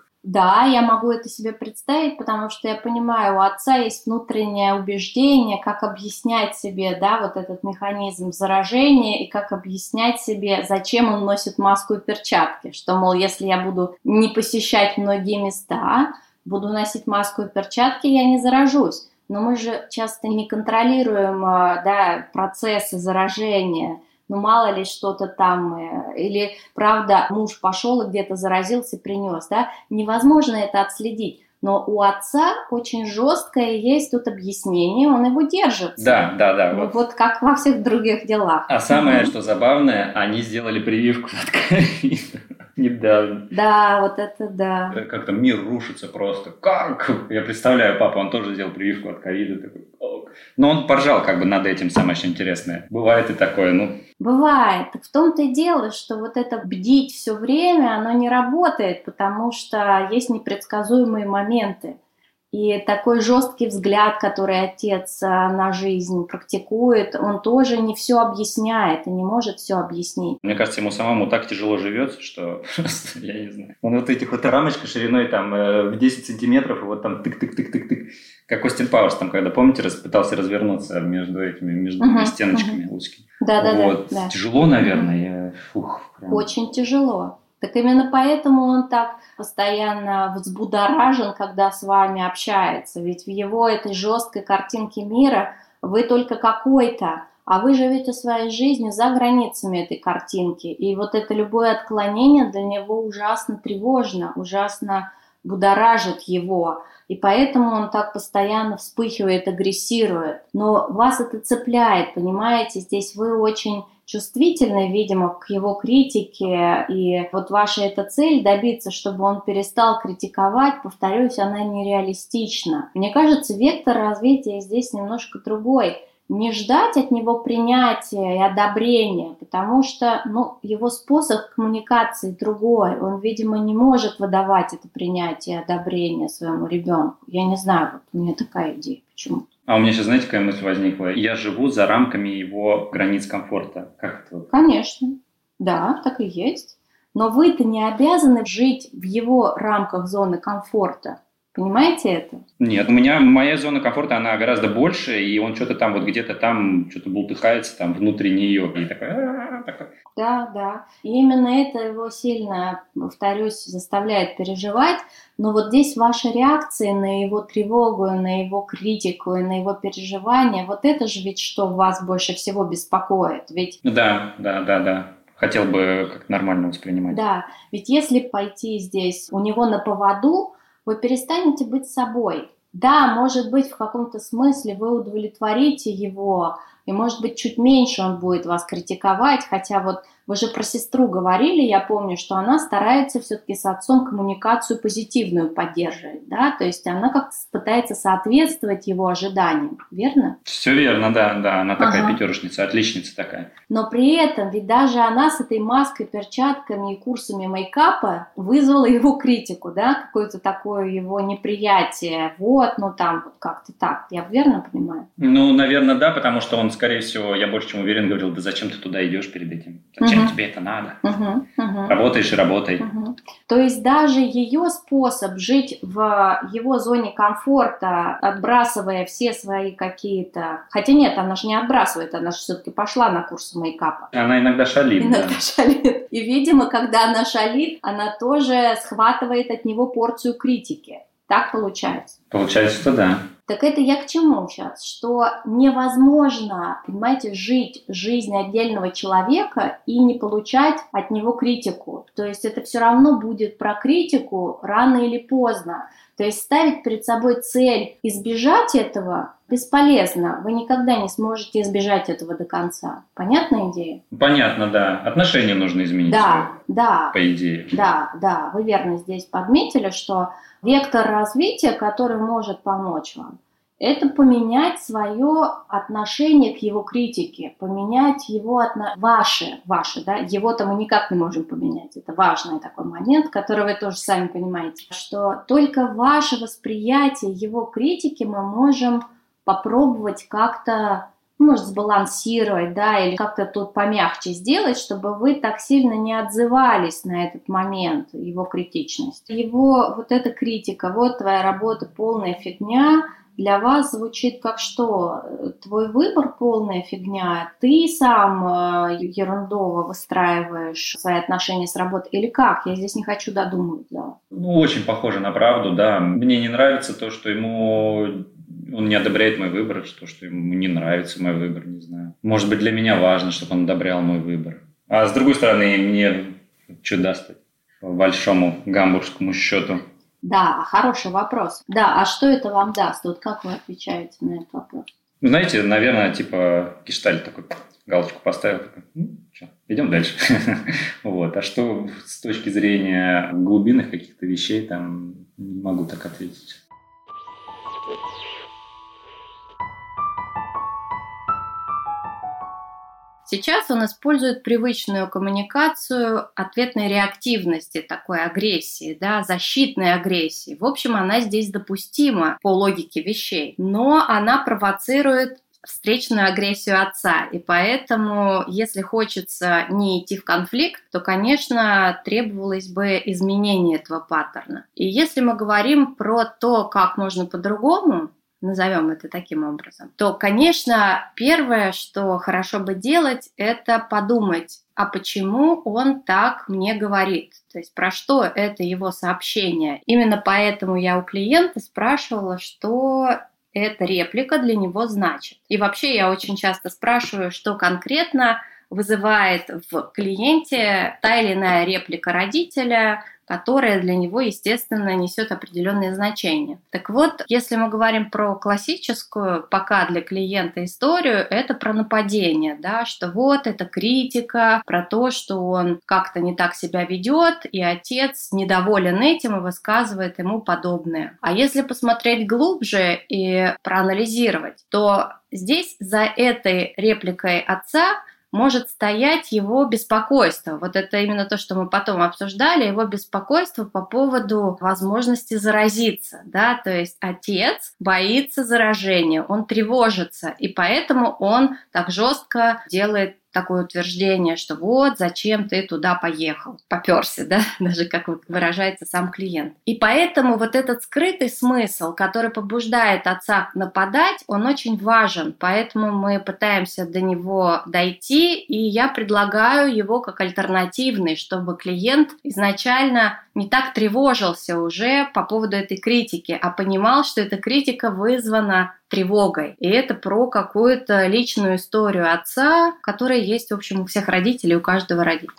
Да, я могу это себе представить, потому что я понимаю, у отца есть внутреннее убеждение, как объяснять себе, да, вот этот механизм заражения, и как объяснять себе, зачем он носит маску и перчатки. Что, мол, если я буду не посещать многие места, буду носить маску и перчатки, я не заражусь. Но мы же часто не контролируем, да, процессы заражения. Ну, мало ли что-то там, или, правда, муж пошел и где-то заразился, принес, да, невозможно это отследить. Но у отца очень жесткое есть тут объяснение, он его держится. Да, да, да. Ну, вот. вот как во всех других делах. А самое, что забавное, они сделали прививку от ковида недавно. Да, вот это да. Как там мир рушится просто. Как? Я представляю, папа, он тоже сделал прививку от ковида. Такой, ок. Но он поржал как бы над этим, самое что интересное. Бывает и такое, ну... Бывает. Так в том-то и дело, что вот это бдить все время, оно не работает, потому что есть непредсказуемые моменты. И такой жесткий взгляд, который отец на жизнь практикует, он тоже не все объясняет и не может все объяснить. Мне кажется, ему самому так тяжело живется, что я не знаю. Он вот этих вот рамочка шириной там в десять сантиметров, и вот там тык-тык-тык-тык-тык. Как Остин Пауэрс, там, когда, помните, пытался развернуться между этими, между uh-huh, стеночками uh-huh. узкими. Да-да-да. Вот. Да. Тяжело, наверное. Я... Фух, прям... Очень тяжело. Так именно поэтому он так постоянно взбудоражен, когда с вами общается. Ведь в его этой жесткой картинке мира вы только какой-то, а вы живете своей жизнью за границами этой картинки. И вот это любое отклонение для него ужасно тревожно, ужасно будоражит его. И поэтому он так постоянно вспыхивает, агрессирует. Но вас это цепляет, понимаете? Здесь вы очень чувствительны, видимо, к его критике. И вот ваша эта цель добиться, чтобы он перестал критиковать, повторюсь, она нереалистична. Мне кажется, вектор развития здесь немножко другой. Не ждать от него принятия и одобрения, потому что ну, его способ коммуникации другой. Он, видимо, не может выдавать это принятие и одобрение своему ребенку. Я не знаю, вот у меня такая идея. Почему? А у меня сейчас, знаете, какая мысль возникла? Я живу за рамками его границ комфорта. Как это? Конечно. Да, так и есть. Но вы-то не обязаны жить в его рамках зоны комфорта. Понимаете это? Нет, у меня моя зона комфорта, она гораздо больше, и он что-то там вот где-то там что-то бултыхается там внутри нее. И такой... Да, да. И именно это его сильно, повторюсь, заставляет переживать. Но вот здесь ваша реакция на его тревогу, на его критику и на его переживания, вот это же ведь что вас больше всего беспокоит. Ведь... Да, да, да, да. Хотел бы как нормально воспринимать. Да, ведь если пойти здесь у него на поводу, вы перестанете быть собой. Да, может быть, в каком-то смысле вы удовлетворите его и, может быть, чуть меньше он будет вас критиковать, хотя вот вы же про сестру говорили, я помню, что она старается все-таки с отцом коммуникацию позитивную поддерживать, да, то есть она как-то пытается соответствовать его ожиданиям, верно? Все верно, да, да, она такая Ага. пятерочница, отличница такая. Но при этом, ведь даже она с этой маской, перчатками и курсами мейкапа вызвала его критику, да, какое-то такое его неприятие, вот, ну там, вот как-то так, я верно понимаю? Ну, наверное, да, потому что он, скорее всего, я больше чем уверен, говорил, да зачем ты туда идешь перед этим? Зачем Мгм. тебе это надо? Угу, угу. Работаешь и работай. Мгм. То есть даже ее способ жить в его зоне комфорта, отбрасывая все свои какие-то... Хотя нет, она же не отбрасывает, она же все-таки пошла на курсы мейкапа. Она иногда шалит, Иногда да. шалит. И, видимо, когда она шалит, она тоже схватывает от него порцию критики. Так получается. Получается, что да. Так это я к чему сейчас? Что невозможно, понимаете, жить жизнь отдельного человека и не получать от него критику. То есть это все равно будет про критику рано или поздно. То есть ставить перед собой цель избежать этого бесполезно. Вы никогда не сможете избежать этого до конца. Понятная идея? Понятно, да. Отношения нужно изменить. Да, да. По идее. Да, да, вы верно здесь подметили, что вектор развития, который может помочь вам, это поменять свое отношение к его критике, поменять его отно... ваше, ваше, да, его-то мы никак не можем поменять. Это важный такой момент, который вы тоже сами понимаете, что только ваше восприятие его критики мы можем попробовать как-то, может, сбалансировать, да, или как-то тут помягче сделать, чтобы вы так сильно не отзывались на этот момент, его критичность. Его вот эта критика, вот твоя работа полная фигня, для вас звучит как что? Твой выбор полная фигня, ты сам ерундово выстраиваешь свои отношения с работой, или как? Я здесь не хочу додумывать для вас. Ну, очень похоже на правду, да. Мне не нравится то, что ему... Он не одобряет мой выбор, что, что ему не нравится мой выбор, не знаю. Может быть, для меня важно, чтобы он одобрял мой выбор. А с другой стороны, мне что даст по большому гамбургскому счету? Да, хороший вопрос. Да, а что это вам даст? Вот как вы отвечаете на этот вопрос? Знаете, наверное, типа гештальт такой, галочку поставил, такой, ну, что, идем дальше. Вот. А что с точки зрения глубинных каких-то вещей, там не могу так ответить. Сейчас он использует привычную коммуникацию ответной реактивности, такой агрессии, да, защитной агрессии. В общем, она здесь допустима по логике вещей, но она провоцирует встречную агрессию отца. И поэтому, если хочется не идти в конфликт, то, конечно, требовалось бы изменение этого паттерна. И если мы говорим про то, как можно по-другому, назовем это таким образом, то, конечно, первое, что хорошо бы делать, это подумать, а почему он так мне говорит? То есть про что это его сообщение? Именно поэтому я у клиента спрашивала, что эта реплика для него значит. И вообще я очень часто спрашиваю, что конкретно вызывает в клиенте та или иная реплика родителя, которая для него, естественно, несет определенное значение. Так вот, если мы говорим про классическую, пока для клиента историю, это про нападение, да, что вот это критика, про то, что он как-то не так себя ведет, и отец недоволен этим и высказывает ему подобное. А если посмотреть глубже и проанализировать, то здесь за этой репликой отца может стоять его беспокойство. Вот это именно то, что мы потом обсуждали, его беспокойство по поводу возможности заразиться. Да? То есть отец боится заражения, он тревожится, и поэтому он так жестко делает такое утверждение, что вот зачем ты туда поехал, попёрся, да, даже как выражается сам клиент. И поэтому вот этот скрытый смысл, который побуждает отца нападать, он очень важен, поэтому мы пытаемся до него дойти, и я предлагаю его как альтернативный, чтобы клиент изначально не так тревожился уже по поводу этой критики, а понимал, что эта критика вызвана тревогой. И это про какую-то личную историю отца, которая есть, в общем, у всех родителей, у каждого родителя.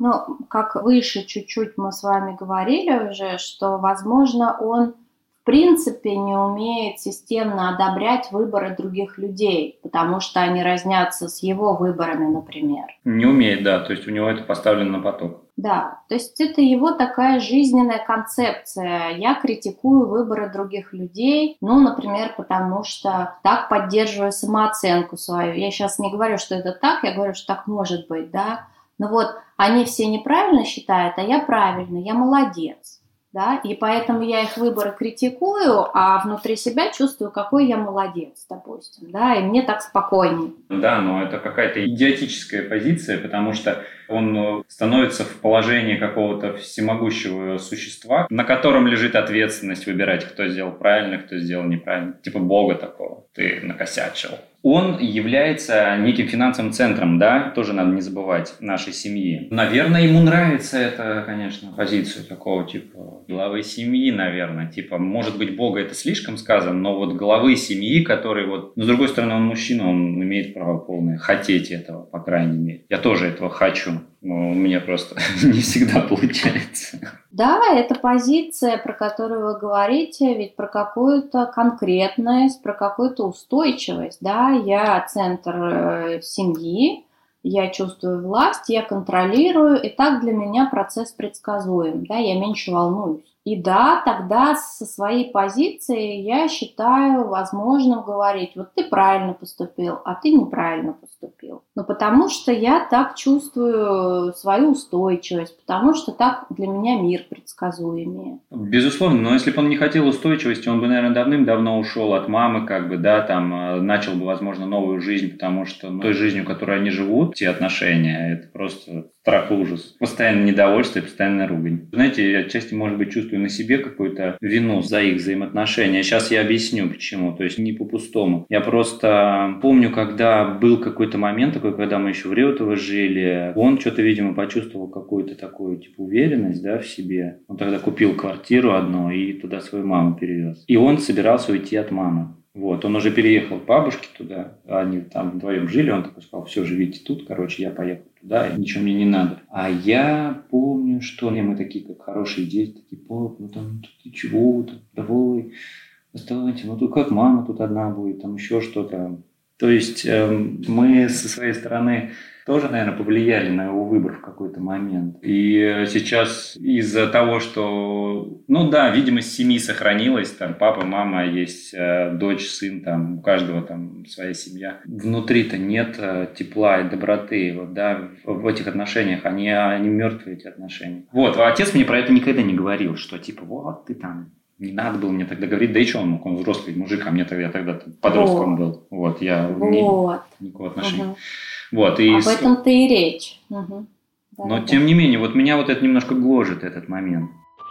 Ну, как выше чуть-чуть мы с вами говорили уже, что, возможно, он в принципе не умеет системно одобрять выборы других людей, потому что они разнятся с его выборами, например. Не умеет, да, то есть у него это поставлено на поток. Да, то есть это его такая жизненная концепция. Я критикую выборы других людей, ну, например, потому что так поддерживаю самооценку свою. Я сейчас не говорю, что это так, я говорю, что так может быть, да. Но вот они все неправильно считают, а я правильно, я молодец. Да, и поэтому я их выборы критикую, а внутри себя чувствую, какой я молодец, допустим, да, и мне так спокойнее. Да, но это какая-то идиотическая позиция, потому что он становится в положении какого-то всемогущего существа, на котором лежит ответственность выбирать, кто сделал правильно, кто сделал неправильно. Типа Бога такого, ты накосячил. Он является неким финансовым центром, да, тоже надо не забывать, нашей семьи. Наверное, ему нравится эта, конечно, позиция такого типа главы семьи, наверное. Типа, может быть, Бога это слишком сказано, но вот главы семьи, который вот... Но с другой стороны, он мужчина, он имеет право полное хотеть этого, по крайней мере. Я тоже этого хочу. Но у меня просто не всегда получается. Да, это позиция, про которую вы говорите, ведь про какую-то конкретность, про какую-то устойчивость. Да, я центр семьи, я чувствую власть, я контролирую, и так для меня процесс предсказуем, да, я меньше волнуюсь. И да, тогда со своей позиции я считаю возможным говорить, вот ты правильно поступил, а ты неправильно поступил. Ну, потому что я так чувствую свою устойчивость, потому что так для меня мир предсказуемее. Безусловно, но если бы он не хотел устойчивости, он бы, наверное, давным-давно ушел от мамы, как бы, да, там, начал бы, возможно, новую жизнь, потому что ну, той жизнью, которой они живут, те отношения, это просто страх и ужас. Постоянное недовольство и постоянная ругань. Знаете, я отчасти, может быть, чувствую на себе какую-то вину за их взаимоотношения. Сейчас я объясню, почему. То есть не по-пустому. Я просто помню, когда был какой-то момент такой, когда мы еще в Реутово жили, он что-то, видимо, почувствовал какую-то такую, типа, уверенность, да, в себе. Он тогда купил квартиру одну и туда свою маму перевез. И он собирался уйти от мамы. Вот, он уже переехал к бабушке туда, они там вдвоем жили, он такой сказал, все, живите тут, короче, я поехал туда, ничего мне не надо. А я помню, что мы такие, как хорошие дети, такие, пап, ну там, ты чего, там, давай, оставайтесь, ну тут как мама тут одна будет, там еще что-то. То есть э, мы со своей стороны тоже, наверное, повлияли на его выбор в какой-то момент. И сейчас из-за того, что, ну да, видимость семьи сохранилась, там папа, мама, есть э, дочь, сын, там у каждого там своя семья. Внутри-то нет э, тепла и доброты, вот, да, в, в этих отношениях, они, они мертвые, эти отношения. Вот, а отец мне про это никогда не говорил, что типа, вот ты там... Не надо было мне тогда говорить, да и что он мог, он взрослый мужик, а мне тогда, я тогда подростком вот. был. Вот, я вот. не, никакого отношения. Угу. Вот, и об этом-то и речь. Угу. Да, но да. тем не менее, вот меня вот это немножко гложет, этот момент.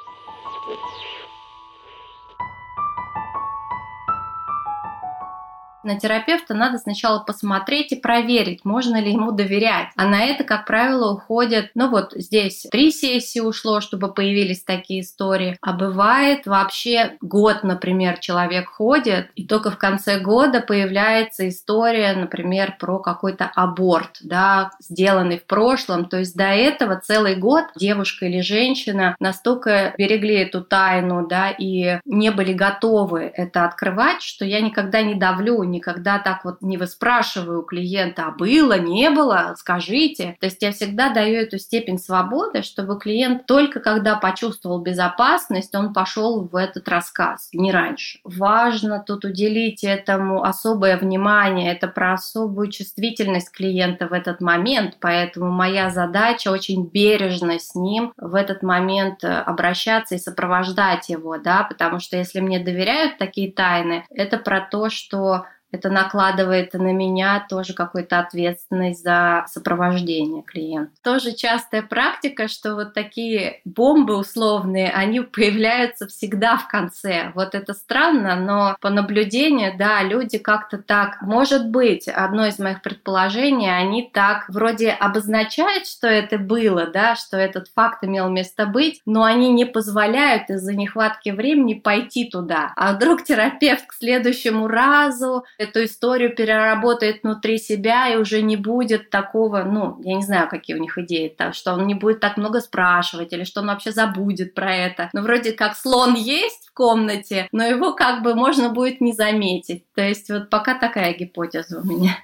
На терапевта надо сначала посмотреть и проверить, можно ли ему доверять. А на это, как правило, уходят, ну вот здесь три сессии ушло, чтобы появились такие истории. А бывает вообще год, например, человек ходит, и только в конце года появляется история, например, про какой-то аборт, да, сделанный в прошлом. То есть до этого целый год девушка или женщина настолько берегли эту тайну, да, и не были готовы это открывать, что я никогда не давлю, никогда так вот не выспрашиваю у клиента, а было, не было, скажите. То есть я всегда даю эту степень свободы, чтобы клиент только когда почувствовал безопасность, он пошел в этот рассказ, не раньше. Важно тут уделить этому особое внимание, это про особую чувствительность клиента в этот момент, поэтому моя задача очень бережно с ним в этот момент обращаться и сопровождать его, да, потому что если мне доверяют такие тайны, это про то, что это накладывает на меня тоже какую-то ответственность за сопровождение клиента. Тоже частая практика, что вот такие бомбы условные, они появляются всегда в конце. Вот это странно, но по наблюдению, да, люди как-то так, может быть, одно из моих предположений, они так вроде обозначают, что это было, да, что этот факт имел место быть, но они не позволяют из-за нехватки времени пойти туда. А вдруг терапевт к следующему разу эту историю переработает внутри себя и уже не будет такого, ну, я не знаю, какие у них идеи, так, что он не будет так много спрашивать или что он вообще забудет про это. Ну, вроде как слон есть в комнате, но его как бы можно будет не заметить. То есть вот пока такая гипотеза у меня.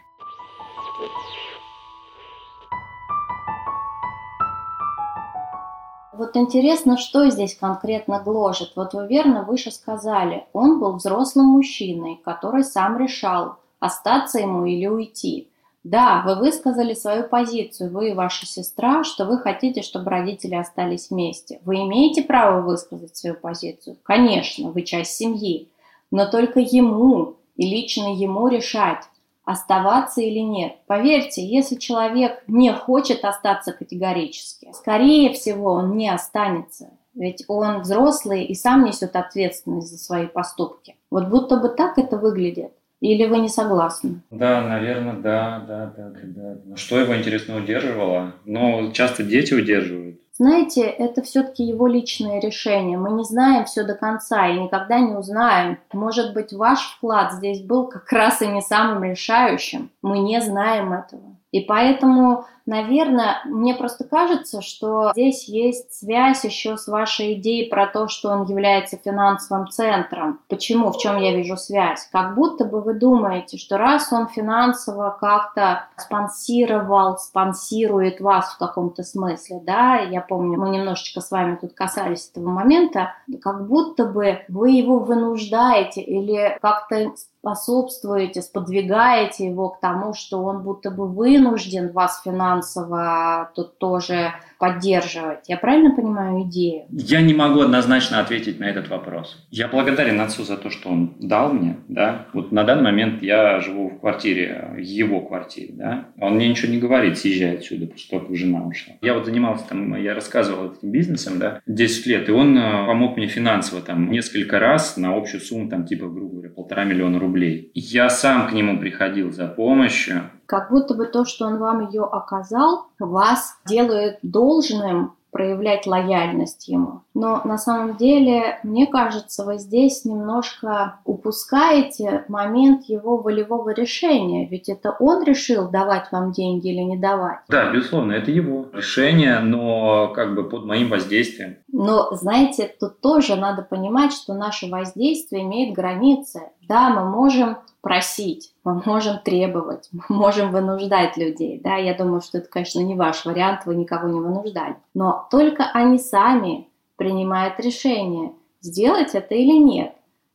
Вот интересно, что здесь конкретно гложет. Вот вы верно выше сказали, он был взрослым мужчиной, который сам решал, остаться ему или уйти. Да, вы высказали свою позицию, вы и ваша сестра, что вы хотите, чтобы родители остались вместе. Вы имеете право высказать свою позицию? Конечно, вы часть семьи, но только ему и лично ему решать, оставаться или нет. Поверьте, если человек не хочет остаться категорически, скорее всего, он не останется. Ведь он взрослый и сам несет ответственность за свои поступки. Вот будто бы так это выглядит. Или вы не согласны? Да, наверное, да, да, да, да. да. Что его, интересно, удерживало? Ну, часто дети удерживают. Знаете, это все-таки его личное решение. Мы не знаем все до конца и никогда не узнаем. Может быть, ваш вклад здесь был как раз и не самым решающим. Мы не знаем этого. И поэтому, наверное, мне просто кажется, что здесь есть связь еще с вашей идеей про то, что он является финансовым центром. Почему? В чем я вижу связь? Как будто бы вы думаете, что раз он финансово как-то спонсировал, спонсирует вас в каком-то смысле, да, я помню, мы немножечко с вами тут касались этого момента, как будто бы вы его вынуждаете или как-то способствуете, сподвигаете его к тому, что он будто бы вынужден вас финансово тут тоже поддерживать. Я правильно понимаю идею? Я не могу однозначно ответить на этот вопрос. Я благодарен отцу за то, что он дал мне, да. Вот на данный момент я живу в квартире, его квартире, да. Он мне ничего не говорит, съезжай отсюда, после того, как жена ушла. Я вот занимался там, я рассказывал этим бизнесом, да, десять лет, и он помог мне финансово там несколько раз на общую сумму, там, типа, грубо говоря, полтора миллиона рублей. Я сам к нему приходил за помощью. Как будто бы то, что он вам ее оказал, вас делает должным проявлять лояльность ему. Но на самом деле, мне кажется, вы здесь немножко упускаете момент его волевого решения. Ведь это он решил, давать вам деньги или не давать. Да, безусловно, это его решение, но как бы под моим воздействием. Но, знаете, тут тоже надо понимать, что наше воздействие имеет границы. Да, мы можем просить, мы можем требовать, мы можем вынуждать людей. Да, я думаю, что это, конечно, не ваш вариант, вы никого не вынуждали. Но только они сами принимают решение, сделать это или нет.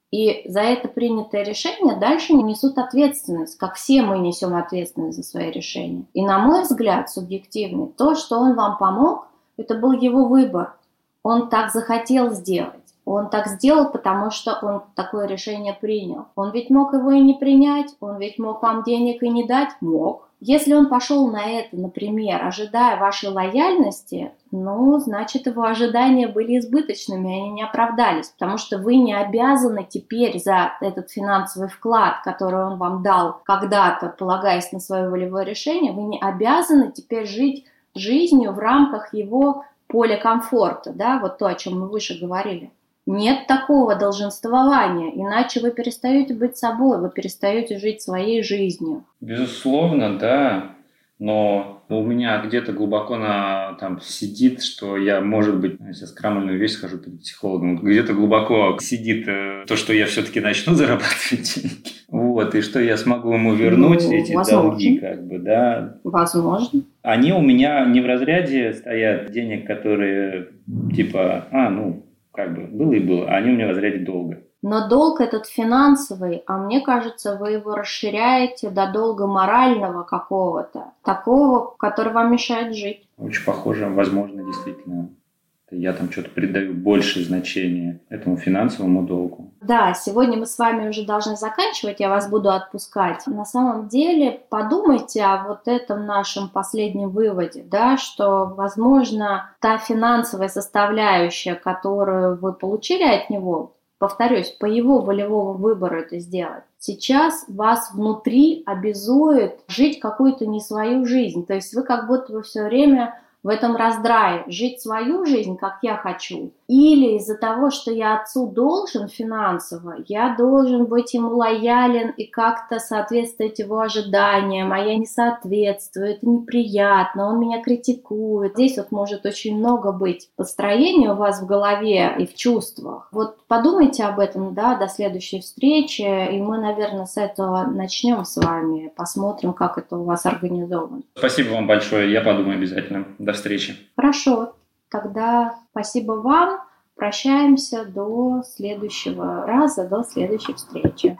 И за это принятое решение дальше несут ответственность, как все мы несем ответственность за свои решения. И на мой взгляд, субъективный, то, что он вам помог, это был его выбор. Он так захотел сделать. Он так сделал, потому что он такое решение принял. Он ведь мог его и не принять, он ведь мог вам денег и не дать? Мог. Если он пошел на это, например, ожидая вашей лояльности, ну, значит, его ожидания были избыточными, они не оправдались, потому что вы не обязаны теперь за этот финансовый вклад, который он вам дал когда-то, полагаясь на свое волевое решение, вы не обязаны теперь жить жизнью в рамках его поля комфорта, да, вот то, о чем мы выше говорили. Нет такого долженствования, иначе вы перестаете быть собой, вы перестаете жить своей жизнью. Безусловно, да, но у меня где-то глубоко на, там сидит, что я, может быть, я сейчас крамольную вещь скажу перед психологом, где-то глубоко сидит э, то, что я все-таки начну зарабатывать деньги, вот, и что я смогу ему вернуть ну, эти возможно. долги, как бы, да. Возможно. Они у меня не в разряде стоят денег, которые, типа, а, ну, как бы было и было, а они у меня в разряде долга. Но долг этот финансовый, а мне кажется, вы его расширяете до долга морального какого-то, такого, который вам мешает жить. Очень похоже, возможно, действительно. Я там что-то придаю большее значение этому финансовому долгу. Да, сегодня мы с вами уже должны заканчивать, я вас буду отпускать. На самом деле подумайте о вот этом нашем последнем выводе, да, что, возможно, та финансовая составляющая, которую вы получили от него, повторюсь, по его волевому выбору это сделать, сейчас вас внутри обязует жить какую-то не свою жизнь. То есть вы как будто бы все время в этом раздрае жить свою жизнь, как я хочу, Или из-за того, что я отцу должен финансово, я должен быть ему лоялен и как-то соответствовать его ожиданиям, а я не соответствую, это неприятно, он меня критикует. Здесь вот может очень много быть построения у вас в голове и в чувствах. Вот подумайте об этом, да, до следующей встречи, и мы, наверное, с этого начнем с вами, посмотрим, как это у вас организовано. Спасибо вам большое, я подумаю обязательно. До встречи. Хорошо. Тогда спасибо вам. Прощаемся до следующего раза, до следующей встречи.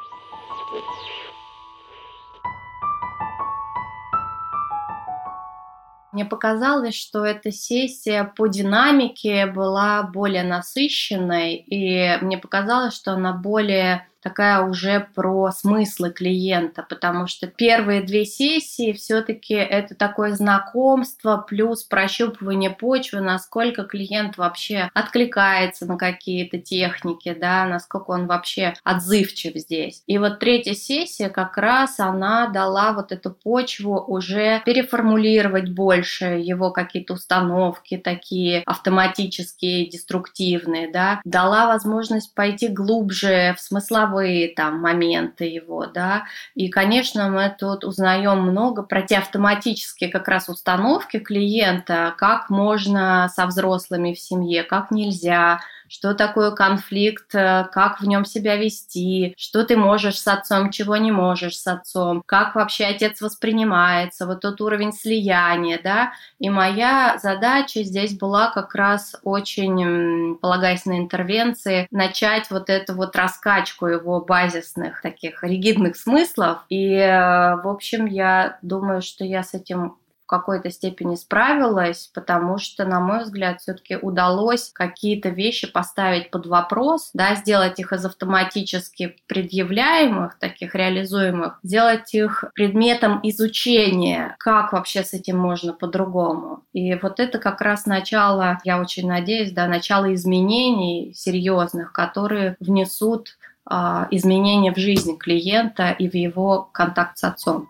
Мне показалось, что эта сессия по динамике была более насыщенной, и мне показалось, что она более такая уже про смыслы клиента, потому что первые две сессии все-таки это такое знакомство плюс прощупывание почвы, насколько клиент вообще откликается на какие-то техники, да, насколько он вообще отзывчив здесь. И вот третья сессия как раз она дала вот эту почву уже переформулировать больше его какие-то установки такие автоматические, деструктивные, да, дала возможность пойти глубже в смысловые там моменты его, да, и, конечно, мы тут узнаем много про те автоматические как раз установки клиента, как можно со взрослыми в семье, как нельзя, что такое конфликт, как в нем себя вести, что ты можешь с отцом, чего не можешь с отцом, как вообще отец воспринимается, вот тот уровень слияния, да, и моя задача здесь была как раз очень, полагаясь на интервенции, начать вот эту вот раскачку его базисных таких ригидных смыслов, и, в общем, я думаю, что я с этим в какой-то степени справилась, потому что, на мой взгляд, все-таки удалось какие-то вещи поставить под вопрос, да, сделать их из автоматически предъявляемых, таких реализуемых, сделать их предметом изучения, как вообще с этим можно по-другому. И вот это как раз начало, я очень надеюсь, да, начало изменений серьезных, которые внесут а, изменения в жизнь клиента и в его контакт с отцом.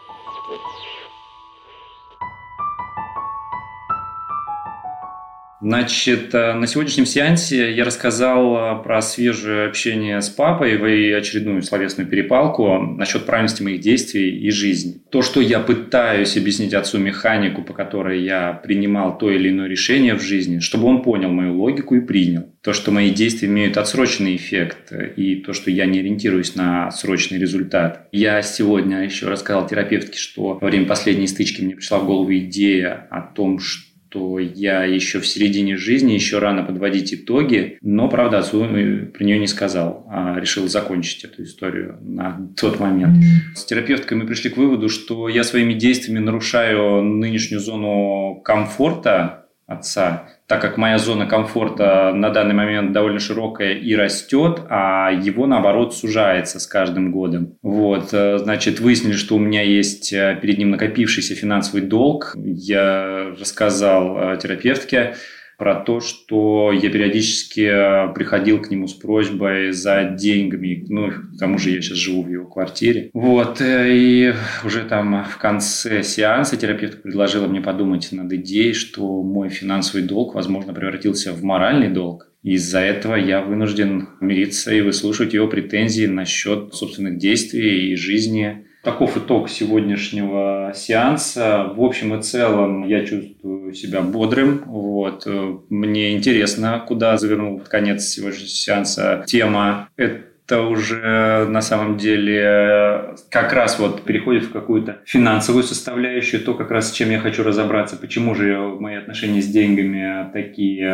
Значит, на сегодняшнем сеансе я рассказал про свежее общение с папой и очередную словесную перепалку насчет правильности моих действий и жизни. То, что я пытаюсь объяснить отцу механику, по которой я принимал то или иное решение в жизни, чтобы он понял мою логику и принял. То, что мои действия имеют отсроченный эффект, и то, что я не ориентируюсь на срочный результат. Я сегодня еще рассказал терапевтке, что во время последней стычки мне пришла в голову идея о том, что то я еще в середине жизни, еще рано подводить итоги, но, правда, отцу про нее не сказал, а решил закончить эту историю на тот момент. Mm-hmm. С терапевткой мы пришли к выводу, что я своими действиями нарушаю нынешнюю зону комфорта отца, так как моя зона комфорта на данный момент довольно широкая и растет, а его, наоборот, сужается с каждым годом. Вот, значит, выяснили, что у меня есть перед ним накопившийся финансовый долг. Я рассказал терапевтке про то, что я периодически приходил к нему с просьбой за деньгами. Ну, к тому же я сейчас живу в его квартире. Вот, и уже там в конце сеанса терапевтка предложила мне подумать над идеей, что мой финансовый долг, возможно, превратился в моральный долг. Из-за этого я вынужден мириться и выслушивать его претензии насчет собственных действий и жизни. Таков итог сегодняшнего сеанса. В общем и целом я чувствую себя бодрым. Вот. Мне интересно, куда завернул под конец сегодняшнего сеанса тема. Это уже на самом деле как раз вот переходит в какую-то финансовую составляющую, то как раз с чем я хочу разобраться, почему же мои отношения с деньгами такие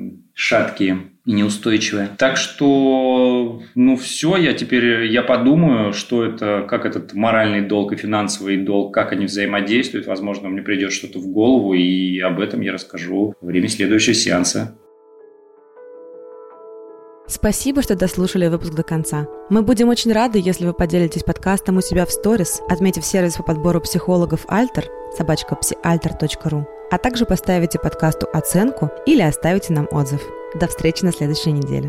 шаткие и неустойчивые. Так что, ну все, я теперь я подумаю, что это, как этот моральный долг и финансовый долг, как они взаимодействуют. Возможно, мне придет что-то в голову, и об этом я расскажу во время следующего сеанса. Спасибо, что дослушали выпуск до конца. Мы будем очень рады, если вы поделитесь подкастом у себя в сторис, отметив сервис по подбору психологов Альтер, собачка псиальтер точка ру, а также поставите подкасту оценку или оставите нам отзыв. До встречи на следующей неделе.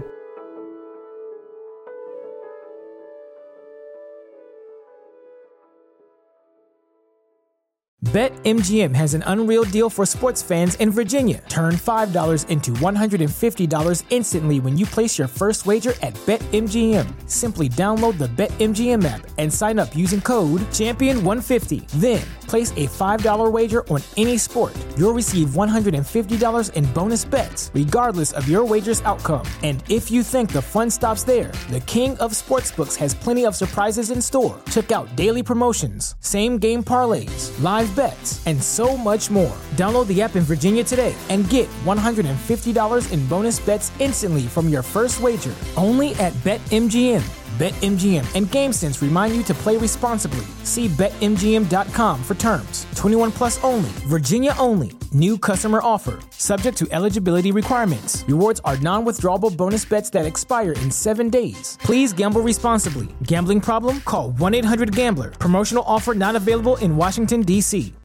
BetMGM has an unreal deal for sports fans in Virginia. Turn five dollars into one hundred fifty dollars instantly when you place your first wager at BetMGM. Simply download the BetMGM app and sign up using code champion one fifty. Then, place a five dollars wager on any sport. You'll receive one hundred fifty dollars in bonus bets, regardless of your wager's outcome. And if you think the fun stops there, the King of Sportsbooks has plenty of surprises in store. Check out daily promotions, same-game parlays, live bets, and so much more. Download the app in Virginia today and get one hundred fifty dollars in bonus bets instantly from your first wager. Only at BetMGM. BetMGM and GameSense remind you to play responsibly. See Bet M G M dot com for terms. twenty-one plus only. Virginia only. New customer offer. Subject to eligibility requirements. Rewards are non-withdrawable bonus bets that expire in seven days. Please gamble responsibly. Gambling problem? Call one eight hundred gambler. Promotional offer not available in Washington, D C